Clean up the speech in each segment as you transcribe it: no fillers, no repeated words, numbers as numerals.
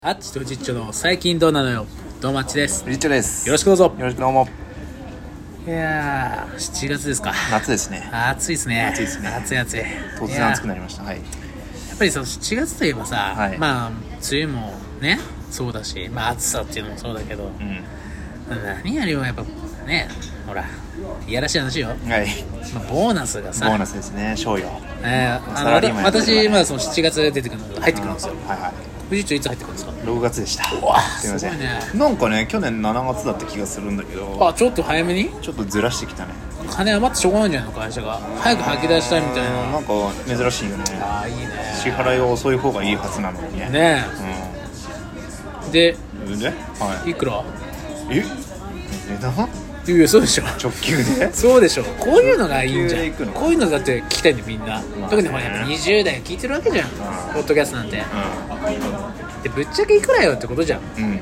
あっちとじっちょの最近どうなのよ。どうもあっちです。 リッチョです。 よろしくどうぞ。 よろしくどうも。 いやー、7月ですか。 夏ですね。 暑いですね。 暑いですね。 暑い暑い。 突然暑くなりました。はい。 やっぱりその7月といえばさ、 はいまあ梅雨もねそうだし、まあ暑さっていうのもそうだけど、何よりもやっぱね、ほらいやらしい話よ。 はい。 まあ、ボーナスがさ、 ボーナスですね。賞与。 サラリーマン私まだその7月出てくるの入ってくるんですよ。 はいはい。 藤井いつ入ってくるんですか。 6月でした。 うわすいません。 すごいね。 なんかね、去年7月だった気がするんだけど、 あ、ちょっと早めにちょっとずらしてきたね。 金余ってしょうがないんじゃないの会社が早く吐き出したいみたいな。 なんか珍しいよね。 ああいいね。 支払いが遅い方がいいはずなのにね。 ねえ、でで、はいくらい。値段？ いやそうでしょ直球で？ そうでしょ。こういうのがいいんじゃん。 直球で行くのこういうのだって聞きたいんだよみんな、 まあね特にほらやっぱ20代聞いてるわけじゃん、ポッドキャストなんて。 うでぶっちゃけいくらよってことじゃん。 ん。うん。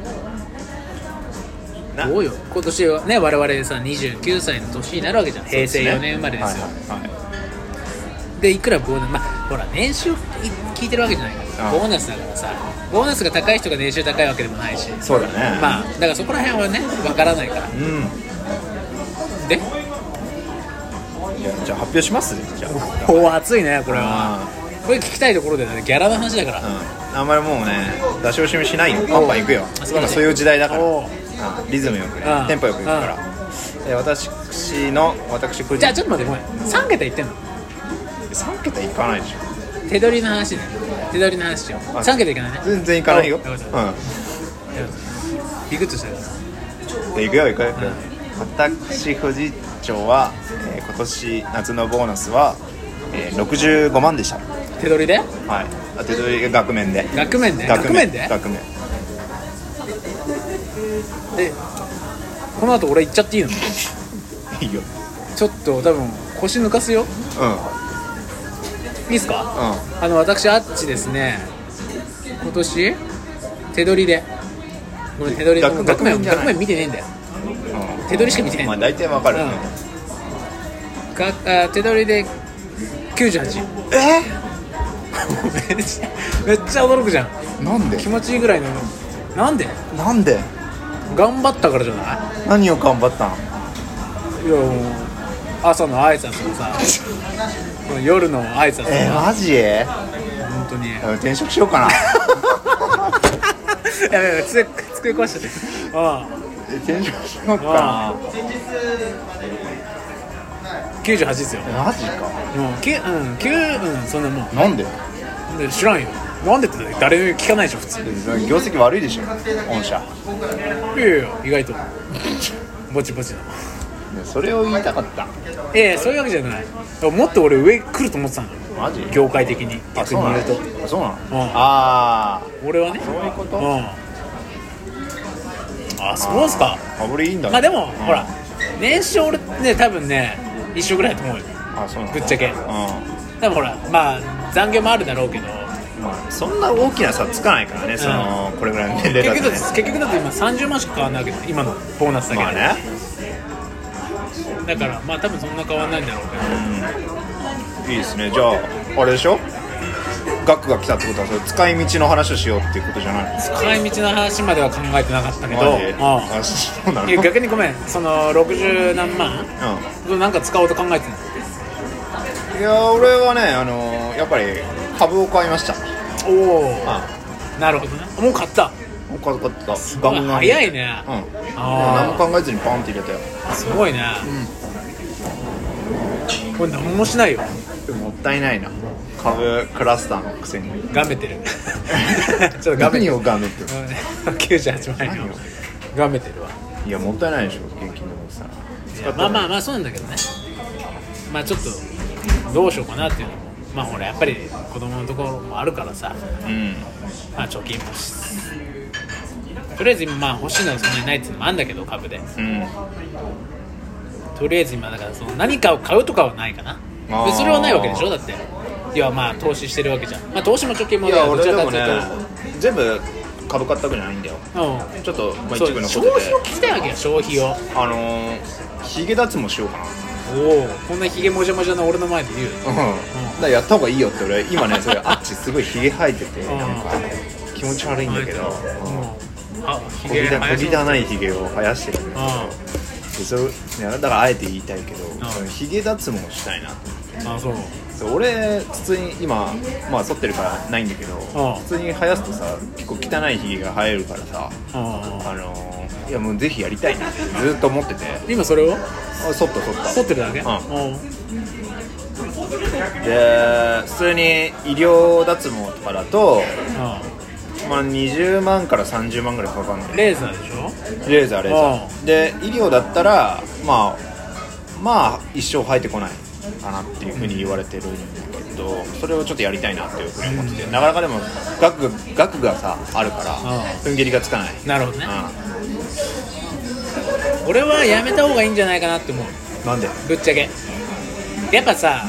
どうよ今年はね我々さ29歳の年になるわけじゃん。平成4年生まれですよ。 はいはいでいくらボーナス、まあほら年収聞いてるわけじゃないから、ボーナスだからさ、ボーナスが高い人が年収高いわけでもないし、 そうだね。 まあだからそこら辺はねわからないから。 うん。 でいやじゃあ発表しますじゃあ。 お熱いねこれは。これ聞きたいところでね、ギャラの話だから、 あんまりもうね出し惜しみしないよ。パンパンいくよ。今そういう時代だから、リズムよくね、テンポよくいくから。私個人じゃあちょっと待ってごめん、3桁いってんの。 3桁いかないでしょ。 手取りの話ね、手取りの話しよう。3桁いかないね。 全然いかないよ。 ビクッとしたから。 いくよいくよいくよ。私藤町は、今年夏のボーナスは、65万でした。 手取りで？ はい。手取り額面で。 額面で？ 額面で。 でこの後俺行っちゃっていいの？ いいよ。 ちょっと多分腰抜かすよ。いいっすか？私あっちですね、今年手取りで、これ手取りの額面見てねえんだよ。手取りしか見てないんだ。 まあ大体わかる。 手取りで98。めっちゃ驚くじゃん。 なんで？ 気持ちいいぐらいの。なんで？頑張ったからじゃない？ 何を頑張ったの？ いやもう朝の挨拶もさ夜の挨拶もマジ？ 本当に転職しようかな。 やべ机壊しちゃって。 転職しようかな。 98ですよ。 マジか。 そんなもん。 なんで？ 知らんよ。なんでって誰聞かないでしょ普通。 業績悪いでしょ御社。 いや意外とぼちぼちだ。 それを言いたかった。 そういうわけじゃない。もっと俺上来ると思ってたのよ。 マジ？ 業界的に逆に言うと。 そうなの？ 俺はね。 そういうこと？ そうっすか。 俺いいんだ。 まあでもほら年収俺ね多分ね一緒ぐらいだと思うよ。 そうなの？ ぶっちゃけ。でもほらまあ残業もあるだろうけど。 そんな大きな差つかないからね。これぐらいの年齢だとね。 結局だって今30万しか変わんないわけど、今のボーナスだけで。だからまあ多分そんな変わんないんだろうけど。 いいですね。じゃああれでしょ、額が来たってことはそれ使い道の話をしようっていうことじゃないの？使い道の話までは考えてなかったけど、 そうなの？ 逆にごめん、その60何万、なんか使おうと考えてるの？ いや俺はねやっぱり株を買いました。 なるほどね。もう買った。 買った。 早いね。 何も考えずにパンって入れたよ。 すごいね。これ何もしないよ。 もったいないな。株クラスターのくせにガメてる。ちょっと何をガメてる ？98万円をガメてるわ。 いやもったいないでしょ現金でもさ。 まあそうなんだけどね。まあちょっとどうしようかなっていうのも、まあほらやっぱり子供のところもあるからさ、まあ貯金もとりあえず今まあ欲しいのはそんなにないっていうのもあるんだけど株で、とりあえず今だからその何かを買うとかはないかな。でそれはないわけでしょだって。いやまあ投資してるわけじゃん。まあ投資も貯金も。いや俺でもね全部株買ったわけじゃないんだよ。ちょっと一部残ってて。 消費を聞きたいわけよ。消費をヒゲ脱毛しようかな。 こんなヒゲもじゃもじゃの俺の前で言う。 だからやった方がいいよって俺今ねそれあっちすごいヒゲ生えててなんか気持ち悪いんだけど、 ひげ小汚いひげを生やしてるんだけど、だからあえて言いたいけど、ひげ脱毛したいなと思って。俺普通に今まあ剃ってるからないんだけど、普通に生やすとさ結構汚いひげが生えるからさ、いやもうぜひやりたいなってずっと思ってて。 今それを剃った剃ってるだけ。 で普通に医療脱毛とかだと、まあ20万から30万ぐらいかかんない。 レーザーでしょ。 レーザーで医療だったらまあ一生生えてこないかなっていう風に言われてるんだけど、それをちょっとやりたいなっていう風に思ってて、なかなかでも額がさあるから踏ん切りがつかない。 なるほどね。俺はやめた方がいいんじゃないかなって思う。 なんで？ ぶっちゃけやっぱさ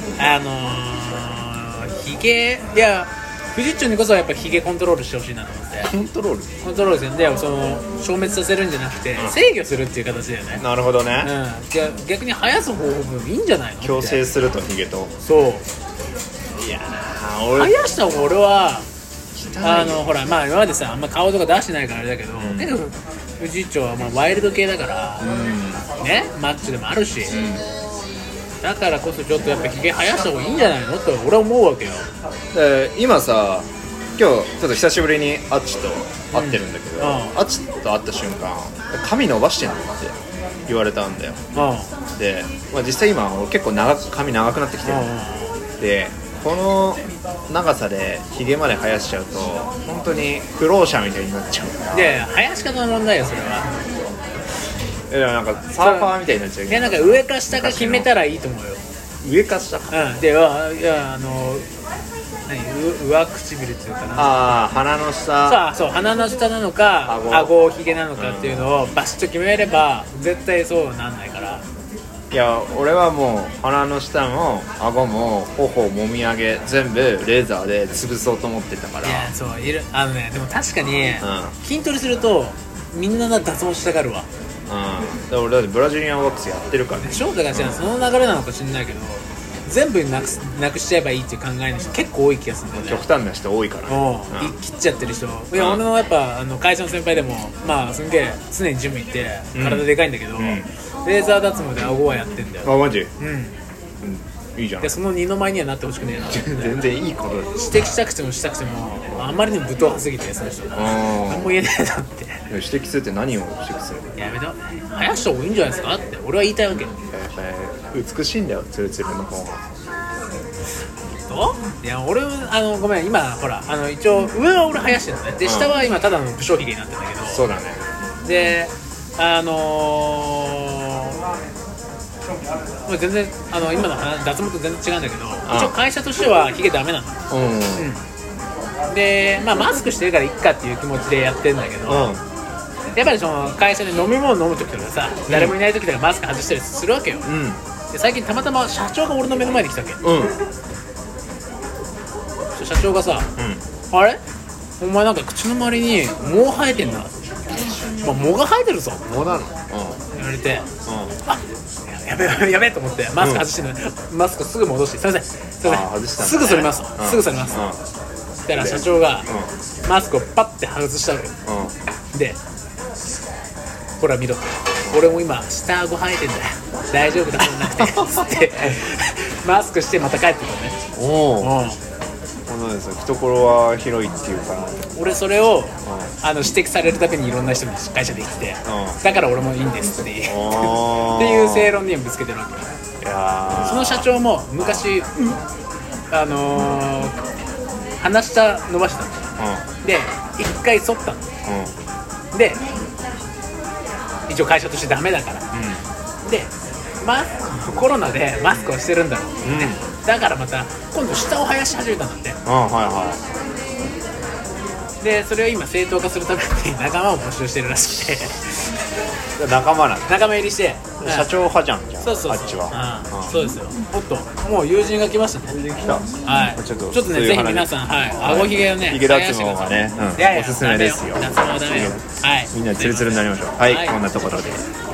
ヒゲ、いやフジッチョにこそやっぱヒゲコントロールしてほしいなと思って。 コントロールですよね。でその消滅させるんじゃなくて、制御するっていう形だよね。 なるほどね。 逆に生やす方法もいいんじゃないの。 矯正するとヒゲと。 そう。 いや生やした方が俺はほらまあ今までさあんま顔とか出してないからあれだけど、フジッチョはまあワイルド系だから、ねマッチョでもあるし、だからこそちょっとやっぱヒゲ生やした方がいいんじゃないのって俺は思うわけよ。 今さ今日ちょっと久しぶりにアッチと会ってるんだけど、アッチと会った瞬間髪伸ばしてんのって言われたんだよ。で、まあ、実際今俺結構髪長くなってきてる。でこの長さでヒゲまで生やしちゃうと本当に不老者みたいになっちゃうから。 で生やし方の問題よそれは。 なんかサーファーみたいになっちゃう。 いやなんか上か下か決めたらいいと思うよ。 上か下か。 でいや上唇っていうかな。 鼻の下。 そう鼻の下なのか顎ひげなのかっていうのをバシッと決めれば絶対そうなんないから。 いや俺はもう鼻の下も顎も頬もみあげ全部レーザーで潰そうと思ってたから。 いやそういるでも確かに、筋トレするとみんな脱毛したがるわ。 俺だってブラジリアンワックスやってるからね。 でしょ。だからその流れなのか知んないけど全部なくしちゃえばいいっていう考えの人結構多い気がするんだよね。 極端な人多いからね。 切っちゃってる人。いや俺のやっぱ会社の先輩でもまあすんげえ常にジム行って体でかいんだけど、レーザー脱毛で顎はやってんだよ。 マジ？いいじゃん。 でその二の舞にはなってほしくねえな。 全然いいこと指摘したくてもあんまりにも武闘派すぎてその人何も言えないなって。 指摘するって何を指摘するの？ やめた生やした方がいいんじゃないですかって俺は言いたいわけ。やっぱり美しいんだよツルツルの方が。 いや俺ごめん今ほら一応上は俺生やしてるのね。で下は今ただの武将髭になってるんだけど。 そうだね。 で全然今の脱毛と全然違うんだけど、一応会社としてはヒゲダメなの。でまあマスクしてるからいっかっていう気持ちでやってるんだけど、やっぱりその会社で飲み物飲む時とかさ、誰もいない時とかマスク外したりするわけよ。で最近たまたま社長が俺の目の前に来たわけ。社長がさ、あれお前なんか口の周りに毛生えてんな。毛が生えてるぞ。 毛なの？ 言われて、やべえと思ってマスク外してマスクすぐ戻して、すいませんすぐ剃ります、すぐ剃ります。そしたら社長がマスクをパッて外したのよ。でほら見ろ、俺も今下顎生えてんだよ、大丈夫だもんなくてつってマスクしてまた帰ってたね。 懐は広いっていうか、 俺それを指摘されるたびにいろんな人に会社で来て、だから俺もいいんですっていう正論にぶつけてるわけ。その社長も昔鼻下伸ばしたの、で一回剃ったの、で一応会社としてダメだから、でコロナでマスクをしてるんだろう、だからまた今度下を生やし始めたんだって。でそれを今正当化するために仲間を募集してるらしくて仲間入りして、 社長派じゃん。 そうあっちは。 そうですよ。おっともう友人が来ましたね。 友人来た。 はい。ちょっとねぜひ皆さん顎ひげをね、 ヒゲ脱毛がねおすすめですよ。 脱毛ダメよ。はい。 みんなツルツルになりましょう。はい、こんなところで。